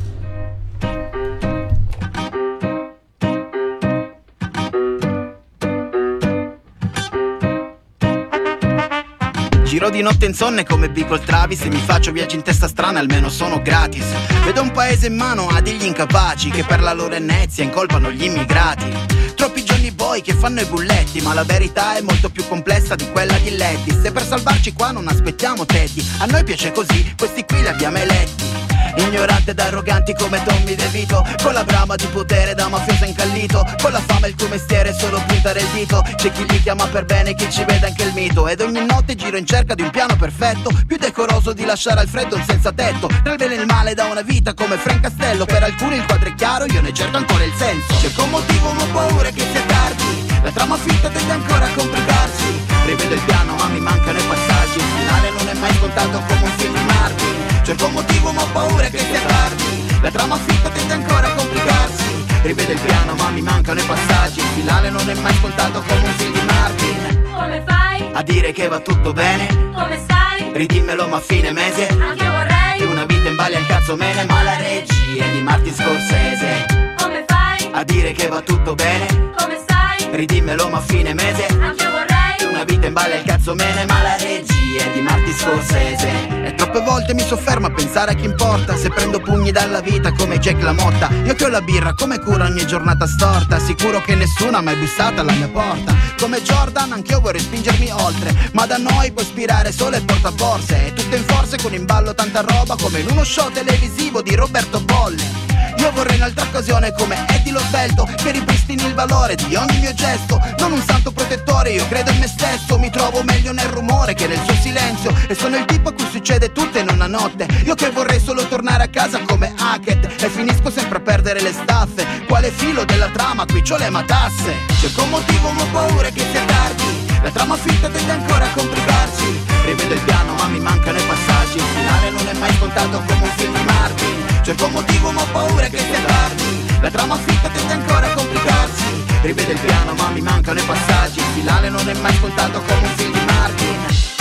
Giro di notte insonne come Bicol Travis, e mi faccio viaggi in testa strana, almeno sono gratis. Vedo un paese in mano a degli incapaci che per la loro inezia incolpano gli immigrati. Troppi Johnny Boy che fanno i bulletti, ma la verità è molto più complessa di quella di Letty. Se per salvarci qua non aspettiamo Teddy, a noi piace così, questi qui li abbiamo eletti. Ignorante ed arroganti come Tommy De Vito, con la brama di potere da mafioso incallito, con la fama e il tuo mestiere solo puntare il dito. C'è chi li chiama per bene, chi ci vede anche il mito, ed ogni notte giro in cerca di un piano perfetto, più decoroso di lasciare al freddo un senza tetto. Tra il bene e il male da una vita come Frank Castello, per alcuni il quadro è chiaro, io ne cerco ancora il senso. Cerco un motivo ma ho paura che sia tardi, la trama fitta tende ancora a complicarsi. Rivedo il piano ma mi mancano i passaggi, il finale non è mai scontato come un film di Martin. Cerco un motivo ma ho paura che sia tardi, la trama fitta tende ancora a complicarsi. Rivedo il piano ma mi mancano i passaggi, il finale non è mai scontato come un film di Martin. Come fai? A dire che va tutto bene? Come stai? Ridimmelo ma a fine mese. Anche io vorrei una vita in Bali al cazzo mene, ma la regia è di Martin Scorsese. Come fai? A dire che va tutto bene? Come stai? Ridimmelo ma a fine mese. Anche io vorrei una vita in Bali al cazzo mene, ma la regia è di Martin Scorsese. E troppe volte mi soffermo a pensare a chi importa, se prendo pugni dalla vita come Jack LaMotta. Io che ho la birra, come cura ogni giornata storta, sicuro che nessuno ha mai bussato alla mia porta. Come Jordan anch'io vorrei spingermi oltre, ma da noi può ispirare solo il portaborse. E tutto in forze con in ballo tanta roba, come in uno show televisivo di Roberto Bolle. Io vorrei un'altra occasione come Eddie Lo Svelto, che ripristini il valore di ogni mio gesto. Non un santo protettore, io credo in me stesso, mi trovo meglio nel rumore che nel suo silenzio, e sono il tipo a cui succede tutto in una notte. Io che vorrei solo tornare a casa come Hackett, e finisco sempre a perdere le staffe. Quale filo della trama, qui c'ho le matasse. Cerco un motivo ma ho paura che sia tardi, la trama fitta tende ancora a complicarsi. Rivedo il piano ma mi mancano i passaggi, il finale non è mai scontato come un film di Martin. Cerco un motivo ma ho paura che sia tardi, la trama fitta tende ancora a complicarsi. rivede il piano ma mi mancano i passaggi. Il finale non è mai scontato come un film di Martin.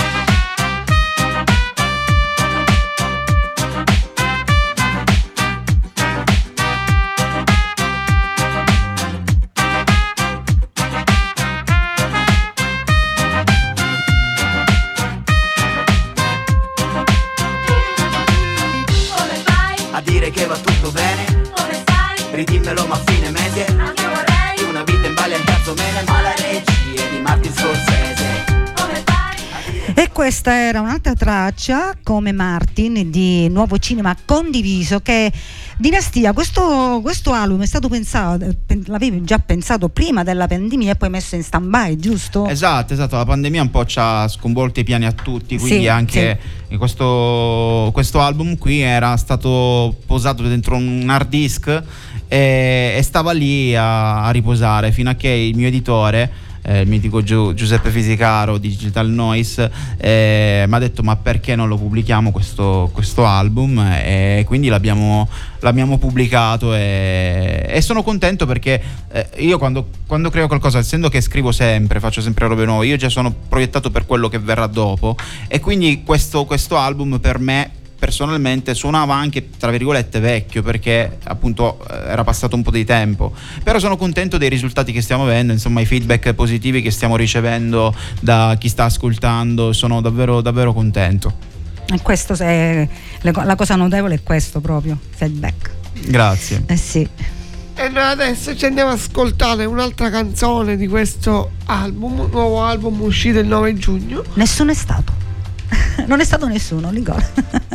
Che va tutto bene, come stai? Ridimmelo ma a fine mese, anche vorrei una vita in Bali al cazzo mene, ma la regia di Martin Scorsese. Come fai? E questa era un'altra traccia, Come Martin, di Nuovo Cinema Condiviso, che Dinastia, questo, questo album è stato pensato, l'avevi già pensato prima della pandemia e poi messo in stand-by, giusto? Esatto, esatto, la pandemia un po' ci ha sconvolto i piani a tutti, quindi sì, anche sì. Questo, questo album qui era stato posato dentro un hard disk e, e stava lì a, a riposare fino a che il mio editore, eh, il mitico Giu, Giuseppe Fisicaro di Digital Noise, eh, mi ha detto ma perché non lo pubblichiamo questo, questo album, e quindi l'abbiamo, l'abbiamo pubblicato e, e sono contento perché eh, io quando, quando creo qualcosa, essendo che scrivo sempre, faccio sempre robe nuove, io già sono proiettato per quello che verrà dopo, e quindi questo, questo album per me personalmente suonava anche tra virgolette vecchio, perché appunto era passato un po' di tempo, però sono contento dei risultati che stiamo avendo, insomma i feedback positivi che stiamo ricevendo da chi sta ascoltando, sono davvero davvero contento. E questo è, la cosa notevole è questo proprio, feedback. Grazie. Eh sì. E noi adesso ci andiamo ad ascoltare un'altra canzone di questo album, nuovo album uscito il nove giugno. Nessuno è stato. Non è stato nessuno, ricordo.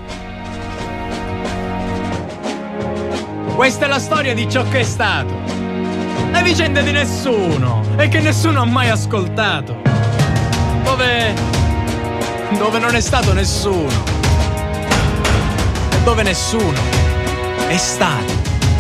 Questa è la storia di ciò che è stato, le vicende di nessuno e che nessuno ha mai ascoltato, dove dove non è stato nessuno e dove nessuno è stato.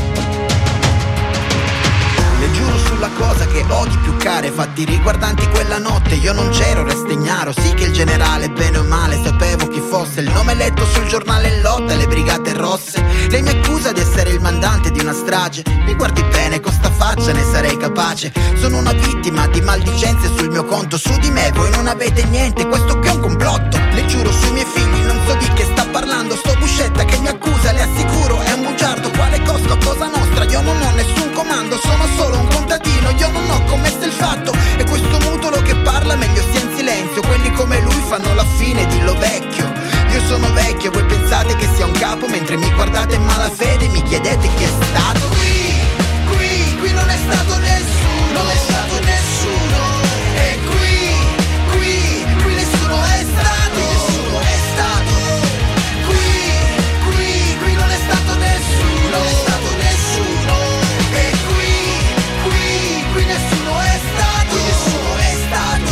Le giuro sulla cosa che odi più care, fatti riguardanti quella notte. Io non c'ero, resta ignaro, sì che il generale bene o male sapevo chi fosse. Il nome letto sul giornale in lotta, le brigate rosse. Lei mi accusa di essere il mandante di una strage. Mi guardi bene con sta faccia, ne sarei capace. Sono una vittima di maldicenze sul mio conto. Su di me voi non avete niente, questo che è un complotto. Le giuro sui miei figli, non so di che sta parlando. Sto Buscetta che mi accusa, le assicuro è un bugiardo. Quale Cosco, cosa nostra, io non ho nessun comando. Sono solo un contadino, io non ho commesso il fatto. E questo mutolo che parla meglio sia in silenzio. Quelli come lui fanno la fine, dillo vecchio. Io sono vecchio e voi pensate che sia un capo, mentre mi guardate in malafede e mi chiedete chi è stato. Qui, qui, qui non è stato nessuno, non è stato nessuno. E qui, qui, qui nessuno è stato, nessuno è stato. Qui, qui, qui non è stato nessuno, non è stato nessuno. E qui, qui, qui nessuno è stato, nessuno è stato.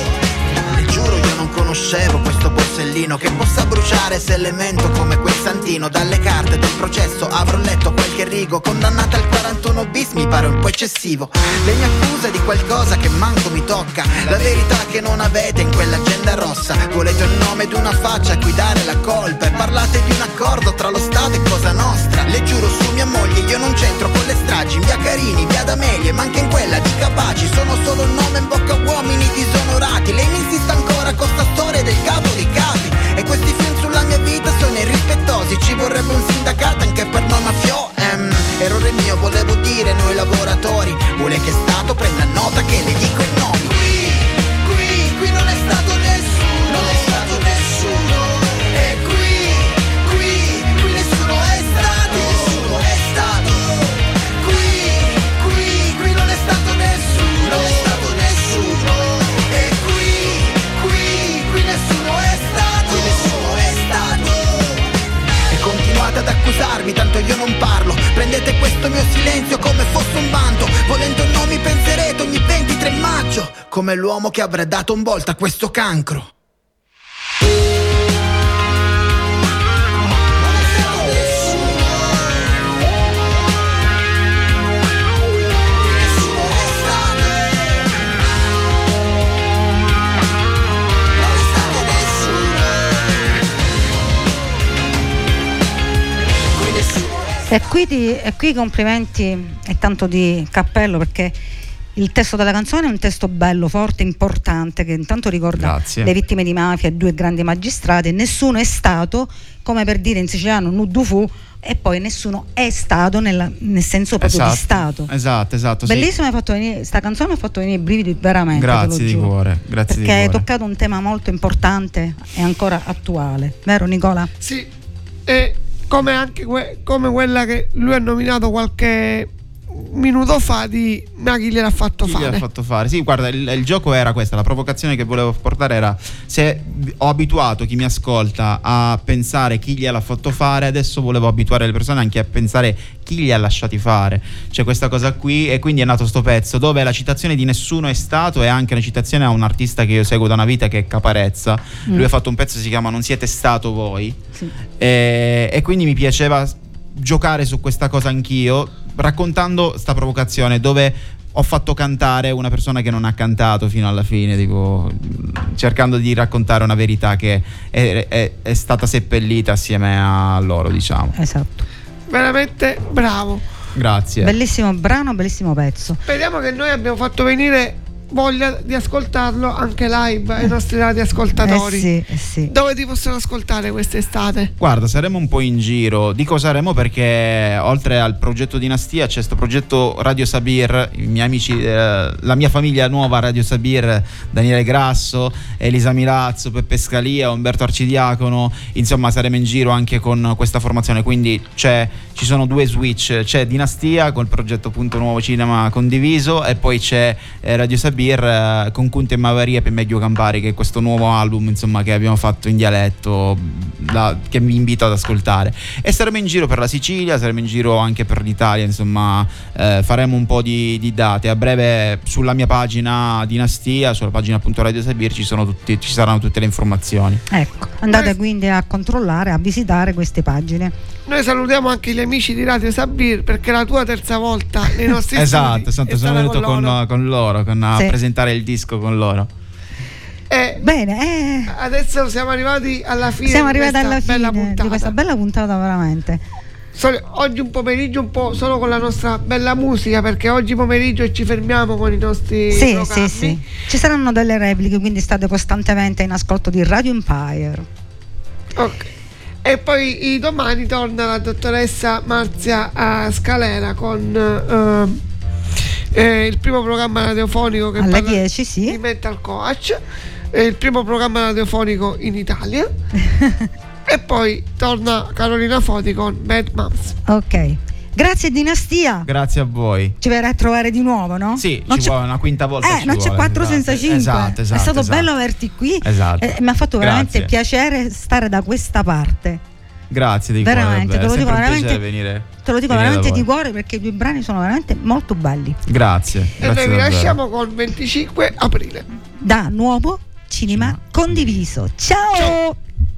Le giuro io non conoscevo questo borsellino che possa bruciare se elemento come quel santino. Dalle carte del processo avrò letto qualche rigo, condannata al quarantuno bis mi pare un po' eccessivo. Lei mi accusa di qualcosa che manco mi tocca, la verità che non avete in quell'agenda rossa. Volete il nome di una faccia a cui dare la colpa e parlate di un accordo tra lo Stato e Cosa Nostra. Le giuro su mia moglie io non c'entro con le stragi, via Carini, via D'Amelie, ma anche in quella di Capaci. Sono solo un nome in bocca a uomini disonorati. Lei mi insiste ancora con sta storia del capo dei capi, e questi film sulla mia vita sono irrispettosi. Ci vorrebbe un sindacato anche per noi mafiosi. ehm, Errore mio, volevo dire noi lavoratori. Vuole che Stato prenda nota che le dico i nomi. Qui, qui, qui non è stato nessuno, non è stato nessuno. E qui, qui, qui nessuno è stato, nessuno è stato. Qui, qui, qui non è stato nessuno, non è stato nessuno. E qui, qui, qui nessuno è stato, nessuno è stato. E continuate ad accusarmi, tanto io non parlo. Prendete questo mio silenzio come fosse un vanto. Volendo non mi penserete ogni ventitré maggio, come l'uomo che avrà dato un volto a questo cancro. E qui, ti, e qui complimenti e tanto di cappello, perché Il testo della canzone è un testo bello, forte, importante, che intanto ricorda Grazie. le vittime di mafia e due grandi magistrati. Nessuno è stato, come per dire in siciliano, nuddu fu, e poi nessuno è stato nella- nel senso proprio Esatto, di stato. esatto, esatto, sì. Bellissimo, hai fatto venire, sta canzone mi ha fatto venire i brividi veramente. te lo Grazie di giuro. cuore, grazie Perché di hai cuore. toccato un tema molto importante e ancora attuale, vero Nicola? Sì, e come anche que- come quella che lui ha nominato qualche minuto fa di ma chi gliel'ha fatto Chi fare. gliel'ha fatto fare? Sì, guarda, il, il gioco era questa, la provocazione che volevo portare era: se ho abituato chi mi ascolta a pensare chi gliel'ha fatto fare, adesso volevo abituare le persone anche a pensare chi li ha lasciati fare. C'è questa cosa qui, e quindi è nato sto pezzo dove la citazione di Nessuno è stato è anche una citazione a un artista che io seguo da una vita, che è Caparezza. Mm. Lui ha fatto un pezzo che si chiama Non siete stato voi, Sì. e, e quindi mi piaceva giocare su questa cosa anch'io, raccontando sta provocazione dove ho fatto cantare una persona che non ha cantato fino alla fine, tipo, cercando di raccontare una verità che è, è- è stata seppellita assieme a loro, diciamo. Esatto. Veramente bravo. Grazie. Bellissimo brano, bellissimo pezzo. Speriamo che noi abbiamo fatto venire voglia di ascoltarlo anche live ai nostri radioascoltatori. Eh sì, eh sì. Dove ti possono ascoltare quest'estate? Guarda, saremo un po' in giro. Dico saremo perché oltre al progetto Dinastia c'è questo progetto Radio Sabir, i miei amici, eh, la mia famiglia nuova Radio Sabir, Daniele Grasso, Elisa Milazzo, Peppe Scalia, Umberto Arcidiacono. Insomma, saremo in giro anche con questa formazione, quindi c'è, ci sono due switch: c'è Dinastia col progetto Punto Nuovo Cinema condiviso, e poi c'è eh, Radio Sabir eh, con Cunte e Mavaria per Meglio Campari, che è questo nuovo album, insomma, che abbiamo fatto in dialetto, da- che vi invito ad ascoltare. E saremo in giro per la Sicilia, saremo in giro anche per l'Italia, insomma, eh, faremo un po' di, di date. A breve sulla mia pagina Dinastia, sulla pagina appunto Radio Sabir, ci sono tutti, ci saranno tutte le informazioni. Ecco, andate quindi a controllare, a visitare queste pagine. Noi salutiamo anche gli amici di Radio Sabir, perché la tua terza volta nei nostri Esatto, studi esatto, è sono stata venuto con, loro. con loro, con, a Sì. presentare il disco con loro. E Bene, eh, adesso siamo arrivati alla fine siamo di arrivati questa alla bella fine puntata. di questa bella puntata, veramente. Soli- oggi un pomeriggio un po' solo con la nostra bella musica, perché oggi pomeriggio ci fermiamo con i nostri Sì, programmi. sì, sì. Ci saranno delle repliche, quindi state costantemente in ascolto di Radio Empire. Ok. E poi i domani torna la dottoressa Marzia a Scalera con eh, eh, il primo programma radiofonico che Alle parla dieci, sì. di Mental Coach, eh, il primo programma radiofonico in Italia. E poi torna Carolina Foti con Bad Moms. Ok. Grazie Dinastia. Grazie a voi. Ci verrai a trovare di nuovo, no? Sì, Non ci c'è- vuole una quinta volta. Eh, ci non c'è vuole, quattro esatto. senza cinque. Esatto, esatto, È stato esatto. bello averti qui. Esatto. Eh, mi ha fatto veramente Grazie. piacere stare da questa parte. Grazie di Veramente, cuore, te lo è dico sempre un veramente- piacere venire. Te lo dico venire da veramente voi. di cuore, perché i due brani sono veramente molto belli. Grazie. E grazie noi vi davvero. lasciamo col venticinque aprile. Da nuovo cinema condiviso. Ciao! Ciao.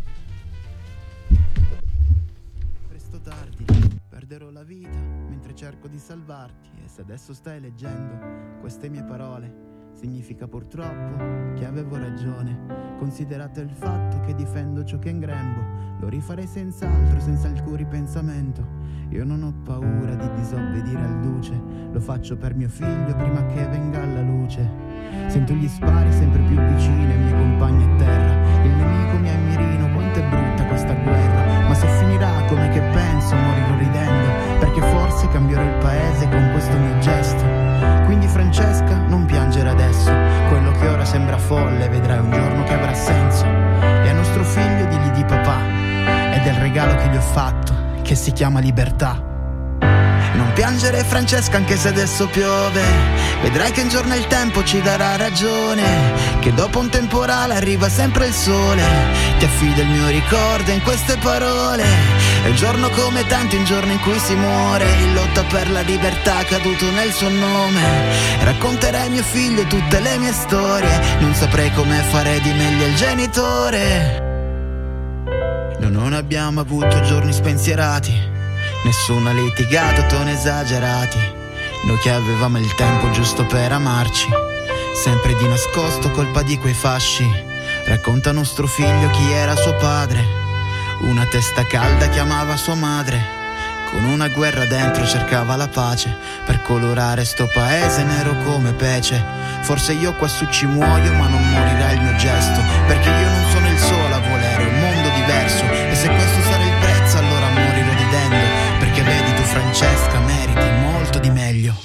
Presto tardi, perderò la vita mentre cerco di salvarti. E se adesso stai leggendo queste mie parole, significa purtroppo che avevo ragione. Considerato il fatto che difendo ciò che è in grembo, lo rifarei senz'altro, senza alcun ripensamento. Io non ho paura di disobbedire al duce, lo faccio per mio figlio prima che venga alla luce. Sento gli spari sempre più vicini ai miei compagni a terra. Il nemico mi ha in mirino, quanto è brutta questa guerra. Ma se finirà come che penso, morirò ridendo, perché forse cambierò il paese con questo mio gesto. Quindi Francesca, non piangere adesso, quello che ora sembra folle vedrai un giorno che avrà senso. E a nostro figlio digli di papà, è del regalo che gli ho fatto, che si chiama libertà. Non piangere Francesca anche se adesso piove, vedrai che un giorno il tempo ci darà ragione, che dopo un temporale arriva sempre il sole. Ti affido il mio ricordo in queste parole, è un giorno come tanti, un giorno in cui si muore in lotta per la libertà caduto nel suo nome. Racconterai a mio figlio tutte le mie storie, non saprei come fare di meglio il genitore. No, non abbiamo avuto giorni spensierati, nessuno ha litigato, toni esagerati. Noi che avevamo il tempo giusto per amarci, sempre di nascosto colpa di quei fasci. Racconta a nostro figlio chi era suo padre, una testa calda chiamava sua madre. con una guerra dentro cercava la pace, per colorare sto paese nero come pece. Forse io quassù ci muoio ma non morirà il mio gesto, perché io non sono il solo a volere un mondo diverso. E se questo sarà il prezzo allora morirò ridendo, perché vedi tu Francesca meriti molto di meglio.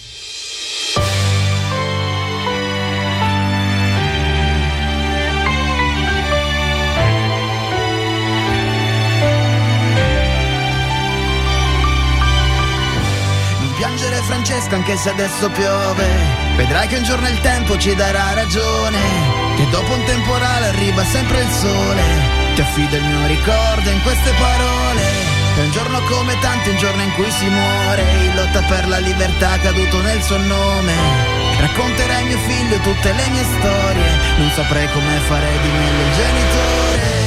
Piangere Francesca anche se adesso piove, vedrai che un giorno il tempo ci darà ragione, che dopo un temporale arriva sempre il sole. Ti affido il mio ricordo in queste parole. È un giorno come tanti, un giorno in cui si muore, in lotta per la libertà caduto nel suo nome. Racconterai a mio figlio tutte le mie storie, non saprei come fare di meglio il genitore.